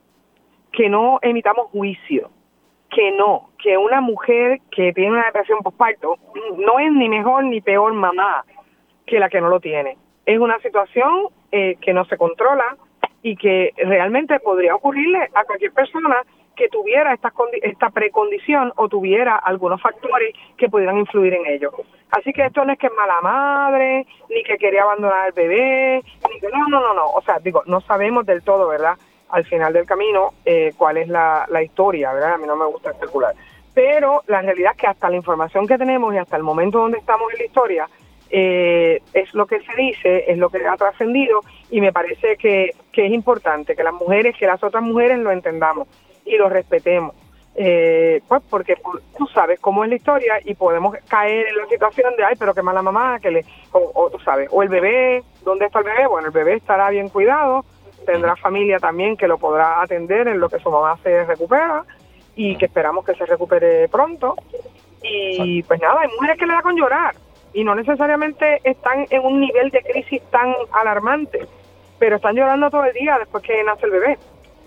Que no emitamos juicio. Que no, que una mujer que tiene una depresión postparto no es ni mejor ni peor mamá que la que no lo tiene. Es una situación eh, que no se controla y que realmente podría ocurrirle a cualquier persona que tuviera esta, esta precondición o tuviera algunos factores que pudieran influir en ello. Así que esto no es que es mala madre, ni que quería abandonar al bebé, ni que no, no, no, no. O sea, digo, no sabemos del todo, ¿verdad? Al final del camino, eh, cuál es la, la historia, ¿verdad? A mí no me gusta especular. Pero la realidad es que hasta la información que tenemos y hasta el momento donde estamos en la historia, Eh, es lo que se dice, es lo que ha trascendido y me parece que, que es importante que las mujeres, que las otras mujeres lo entendamos y lo respetemos, eh, pues porque tú sabes cómo es la historia y podemos caer en la situación de ay, pero qué mala mamá, que le o, o tú sabes, o el bebé, ¿dónde está el bebé? Bueno, el bebé estará bien cuidado, tendrá familia también que lo podrá atender en lo que su mamá se recupera y que esperamos que se recupere pronto y pues nada, hay mujeres que le da con llorar y no necesariamente están en un nivel de crisis tan alarmante, pero están llorando todo el día después que nace el bebé.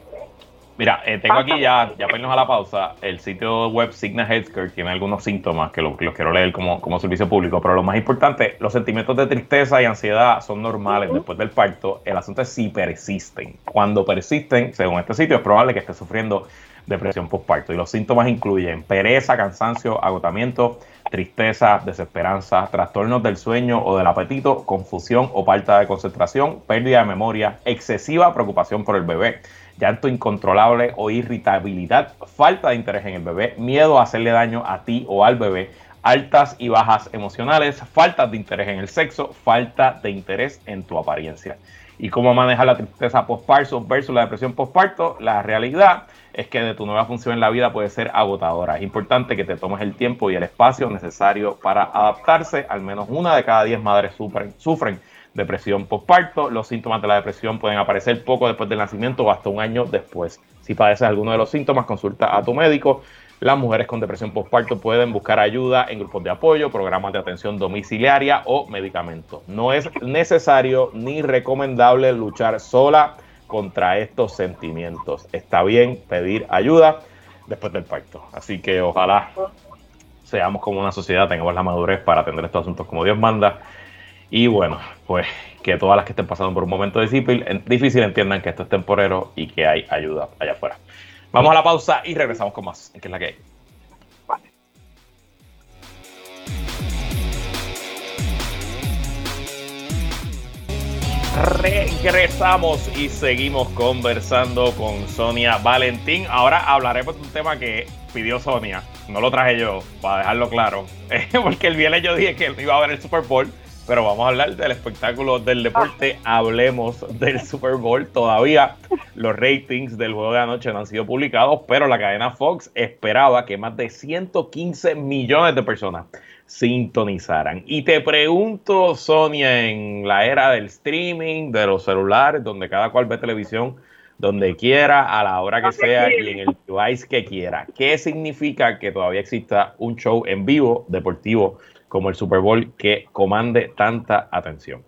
Mira, eh, tengo aquí ya, ya para irnos a la pausa, el sitio web Cigna Healthcare tiene algunos síntomas que los lo quiero leer como, como servicio público, pero lo más importante, los sentimientos de tristeza y ansiedad son normales uh-huh. después del parto. El asunto es si persisten. Cuando persisten, según este sitio, es probable que esté sufriendo depresión postparto. Y los síntomas incluyen pereza, cansancio, agotamiento, tristeza, desesperanza, trastornos del sueño o del apetito, confusión o falta de concentración, pérdida de memoria, excesiva preocupación por el bebé, llanto incontrolable o irritabilidad, falta de interés en el bebé, miedo a hacerle daño a ti o al bebé, altas y bajas emocionales, falta de interés en el sexo, falta de interés en tu apariencia. ¿Y cómo manejar la tristeza postparto versus la depresión postparto? La realidad es que de tu nueva función en la vida puede ser agotadora. Es importante que te tomes el tiempo y el espacio necesario para adaptarse. Al menos una de cada diez madres sufren, sufren depresión postparto. Los síntomas de la depresión pueden aparecer poco después del nacimiento o hasta un año después. Si padeces alguno de los síntomas, consulta a tu médico. Las mujeres con depresión postparto pueden buscar ayuda en grupos de apoyo, programas de atención domiciliaria o medicamentos. No es necesario ni recomendable luchar sola contra estos sentimientos. Está bien pedir ayuda después del parto. Así que ojalá seamos como una sociedad, tengamos la madurez para atender estos asuntos como Dios manda. Y bueno, pues que todas las que estén pasando por un momento difícil, difícil entiendan que esto es temporero y que hay ayuda allá afuera. Vamos a la pausa y regresamos con más. ¿Qué es la que hay? Regresamos y seguimos conversando con Sonia Valentín. Ahora hablaremos de un tema que pidió Sonia. No lo traje yo, para dejarlo claro. Porque el viernes yo dije que iba a ver el Super Bowl. Pero vamos a hablar del espectáculo del deporte. Hablemos del Super Bowl. Todavía los ratings del juego de anoche no han sido publicados, pero la cadena Fox esperaba que más de ciento quince millones de personas sintonizaran. Y te pregunto, Sonia, en la era del streaming, de los celulares, donde cada cual ve televisión donde quiera, a la hora que sea y en el device que quiera, ¿qué significa que todavía exista un show en vivo deportivo como el Super Bowl que comande tanta atención?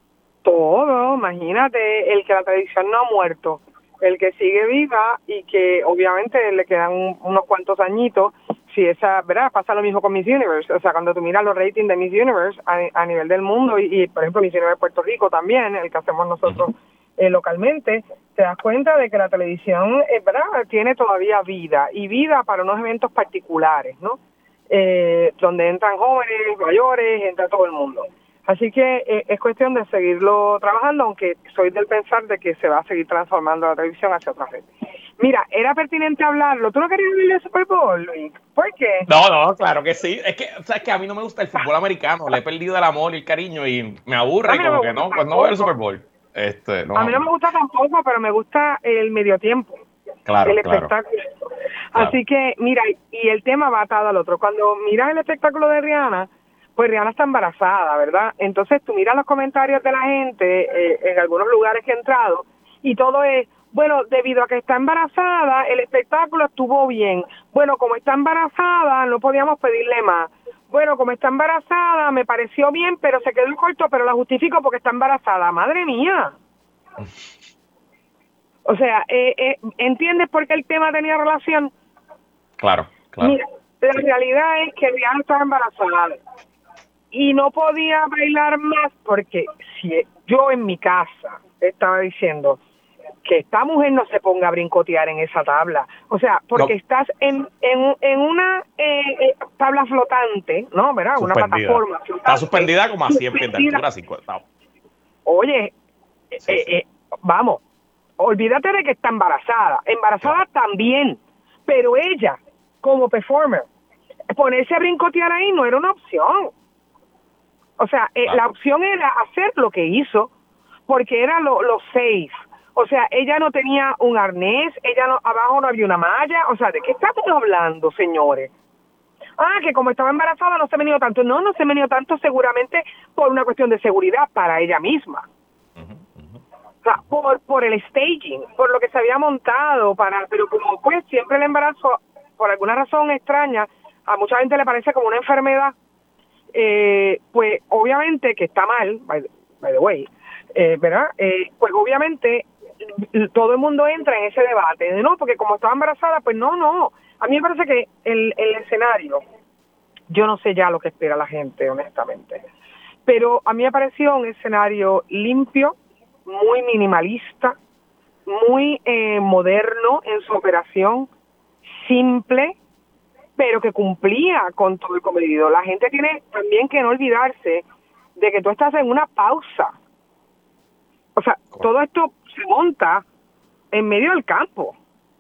Todo, imagínate, el que la televisión no ha muerto, el que sigue viva y que obviamente le quedan un, unos cuantos añitos. Si esa, ¿verdad? Pasa lo mismo con Miss Universe. O sea, cuando tú miras los ratings de Miss Universe a, a nivel del mundo y, y, por ejemplo, Miss Universe Puerto Rico también, el que hacemos nosotros uh-huh. eh, localmente, te das cuenta de que la televisión, eh, ¿verdad? Tiene todavía vida y vida para unos eventos particulares, ¿no? Eh, donde entran jóvenes, mayores, entra todo el mundo. Así que eh, es cuestión de seguirlo trabajando, aunque soy del pensar de que se va a seguir transformando la televisión hacia otra red. Mira, era pertinente hablarlo. ¿Tú no querías hablar del Super Bowl, Luis? ¿Por qué? No, no, claro que sí. Es que, o sea, es que a mí no me gusta el fútbol americano. Le he perdido el amor y el cariño y me aburre. Y como no que no, pues no veo el Super Bowl. Este, no, a mí no me gusta tampoco, pero me gusta el medio tiempo. Claro, el claro. espectáculo. Claro. Así que, mira, y el tema va atado al otro. Cuando miras el espectáculo de Rihanna, pues Rihanna está embarazada, ¿verdad? Entonces tú miras los comentarios de la gente eh, en algunos lugares que he entrado y todo es, bueno, debido a que está embarazada, el espectáculo estuvo bien. Bueno, como está embarazada, no podíamos pedirle más. Bueno, como está embarazada, me pareció bien, pero se quedó corto, pero la justifico porque está embarazada. ¡Madre mía! O sea, eh, eh, ¿entiendes por qué el tema tenía relación? Claro, claro. Mira, la sí. realidad es que Rihanna estaba embarazada y no podía bailar más porque si yo en mi casa estaba diciendo que esta mujer no se ponga a brincotear en esa tabla, o sea, porque no. estás en en, en una eh, eh, tabla flotante, ¿no? ¿Verdad? Suspendida. Una plataforma flotante. Está suspendida como a cien pies de altura, cincuenta. Oye, sí, eh, sí. Eh, vamos, olvídate de que está embarazada, embarazada claro. también, pero ella, como performer, ponerse a brincotear ahí no era una opción. O sea, eh, claro. la opción era hacer lo que hizo, porque era lo, lo safe. O sea, ella no tenía un arnés, ella no, abajo no había una malla. O sea, ¿de qué estamos hablando, señores? Ah, que como estaba embarazada no se me dio tanto. No, no se me dio tanto seguramente por una cuestión de seguridad para ella misma. Uh-huh, uh-huh. O sea, por, por el staging, por lo que se había montado, para, pero como pues siempre el embarazo, por alguna razón extraña, a mucha gente le parece como una enfermedad, eh, pues obviamente que está mal, by, by the way, eh, ¿verdad? Eh, pues obviamente todo el mundo entra en ese debate de no, porque como estaba embarazada, pues no, no. A mí me parece que el, el escenario, yo no sé ya lo que espera la gente, honestamente, pero a mí me pareció un escenario limpio, muy minimalista, muy eh, moderno en su operación, simple, pero que cumplía con todo el comedido. La gente tiene también que no olvidarse de que tú estás en una pausa. O sea, todo esto se monta en medio del campo.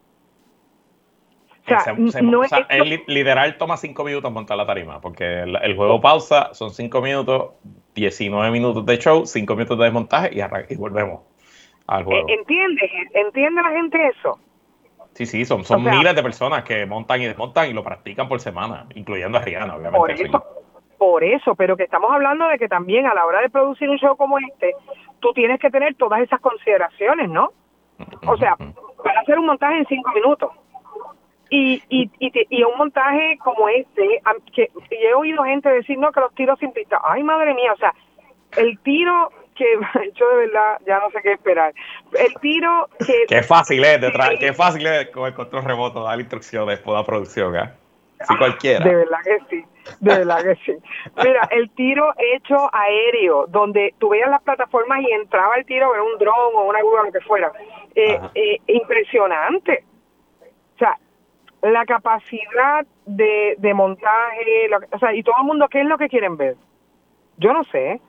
O sea, se, se, no o sea es el esto... liderar toma cinco minutos montar la tarima, porque el, el juego pausa, son cinco minutos, diecinueve minutos de show, cinco minutos de desmontaje y, arran- y volvemos al juego. ¿Entiende? ¿Entiende la gente eso? Sí, sí, son, son o sea, miles de personas que montan y desmontan y lo practican por semana, incluyendo a Rihanna, obviamente. Por eso, por eso, pero que estamos hablando de que también a la hora de producir un show como este, tú tienes que tener todas esas consideraciones, ¿no? O sea, para hacer un montaje en cinco minutos. Y, y, y, y un montaje como este, que y he oído gente decir, no, que los tiros simplistas, ay madre mía, o sea, el tiro que yo de verdad ya no sé qué esperar, el tiro que... Qué fácil es, detrás, qué fácil es con el control remoto dar instrucciones por la producción, ¿eh? Si cualquiera. De verdad que sí, de verdad que sí. Mira, el tiro hecho aéreo, donde tú veías las plataformas y entraba el tiro, era un dron o una grúa, lo que fuera, eh, eh, impresionante. O sea, la capacidad de, de montaje, lo, o sea, y todo el mundo, ¿qué es lo que quieren ver? Yo no sé.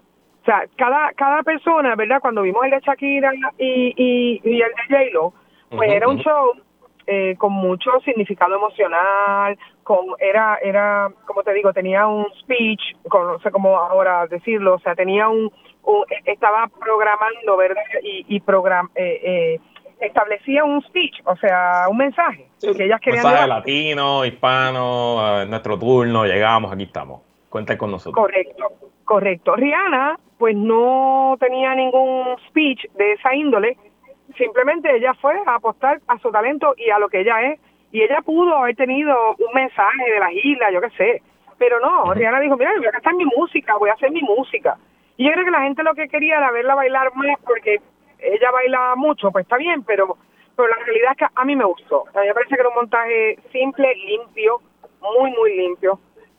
O sea, cada cada persona, ¿verdad? Cuando vimos el de Shakira y, y, y el de J-Lo, pues uh-huh, era un uh-huh. show eh, con mucho significado emocional, con era, era como te digo, tenía un speech, con, no sé cómo ahora decirlo, o sea, tenía un, un estaba programando, ¿verdad? Y, y program, eh, eh, establecía un speech, o sea, un mensaje sí, que ellas querían mensaje llevar. latino, hispano, eh, nuestro turno, llegamos, aquí estamos. Cuenten con nosotros. Correcto, correcto. Rihanna, pues no tenía ningún speech de esa índole, simplemente ella fue a apostar a su talento y a lo que ella es, y ella pudo haber tenido un mensaje de las islas, yo qué sé, pero no, uh-huh. Rihanna dijo, mira, voy a gastar mi música, voy a hacer mi música. Y yo creo que la gente lo que quería era verla bailar más, porque ella bailaba mucho, pues está bien, pero, pero la realidad es que a mí me gustó. A mí me parece que era un montaje simple, limpio, muy, muy limpio.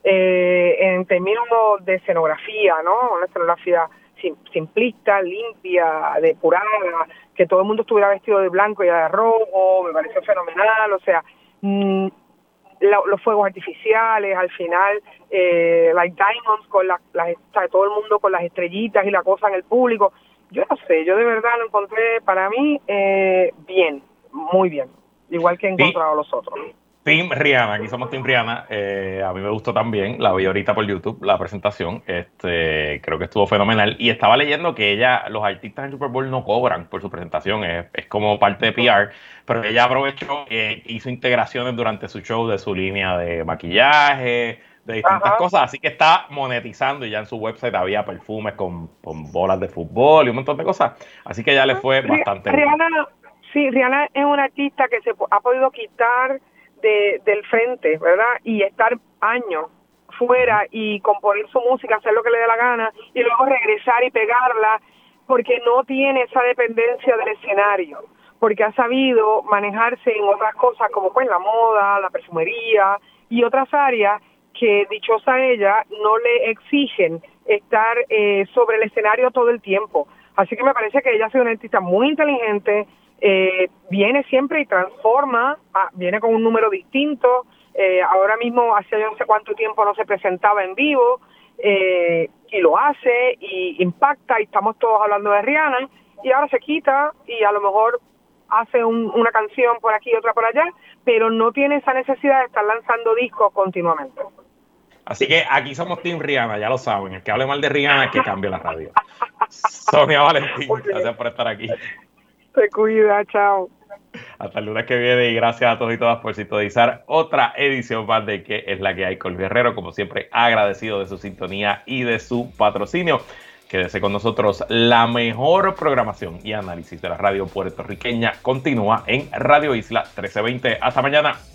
Eh, en términos de escenografía, ¿no? Una escenografía sim- simplista, limpia, depurada, que todo el mundo estuviera vestido de blanco y de rojo, me pareció fenomenal, o sea, mmm, la, los fuegos artificiales, al final, eh, like diamonds, con las, las, todo el mundo con las estrellitas y la cosa en el público, yo no sé, yo de verdad lo encontré para mí eh, bien, muy bien, igual que he encontrado sí. los otros. Team Rihanna, aquí somos Team Rihanna, eh, a mí me gustó también, la vi ahorita por YouTube, la presentación, este, creo que estuvo fenomenal, y estaba leyendo que ella, los artistas en Super Bowl no cobran por su presentación, es, es como parte de P R, pero ella aprovechó, eh, hizo integraciones durante su show de su línea de maquillaje, de distintas Ajá. cosas, así que está monetizando, y ya en su website había perfumes con, con bolas de fútbol y un montón de cosas, así que ya le fue bastante Rihanna, bien. Sí, Rihanna es una artista que se ha podido quitar De, del frente, ¿verdad? Y estar años fuera y componer su música, hacer lo que le dé la gana y luego regresar y pegarla, porque no tiene esa dependencia del escenario, porque ha sabido manejarse en otras cosas como pues la moda, la perfumería y otras áreas que, dichosa ella, no le exigen estar eh, sobre el escenario todo el tiempo. Así que me parece que ella ha sido una artista muy inteligente. Eh, viene siempre y transforma, ah, viene con un número distinto, eh, ahora mismo hace yo no sé cuánto tiempo no se presentaba en vivo, eh, y lo hace, y impacta, y estamos todos hablando de Rihanna, y ahora se quita, y a lo mejor hace un, una canción por aquí y otra por allá, pero no tiene esa necesidad de estar lanzando discos continuamente. Así que aquí somos Team Rihanna, ya lo saben, el que hable mal de Rihanna es que cambie la radio. Sonia Valentín, gracias por estar aquí. Se cuida, chao. Hasta el lunes que viene y gracias a todos y todas por sintonizar otra edición más de ¿Qué es la que hay? Con Luis Herrero. Como siempre, agradecido de su sintonía y de su patrocinio. Quédese con nosotros. La mejor programación y análisis de la radio puertorriqueña continúa en Radio Isla trece veinte. Hasta mañana.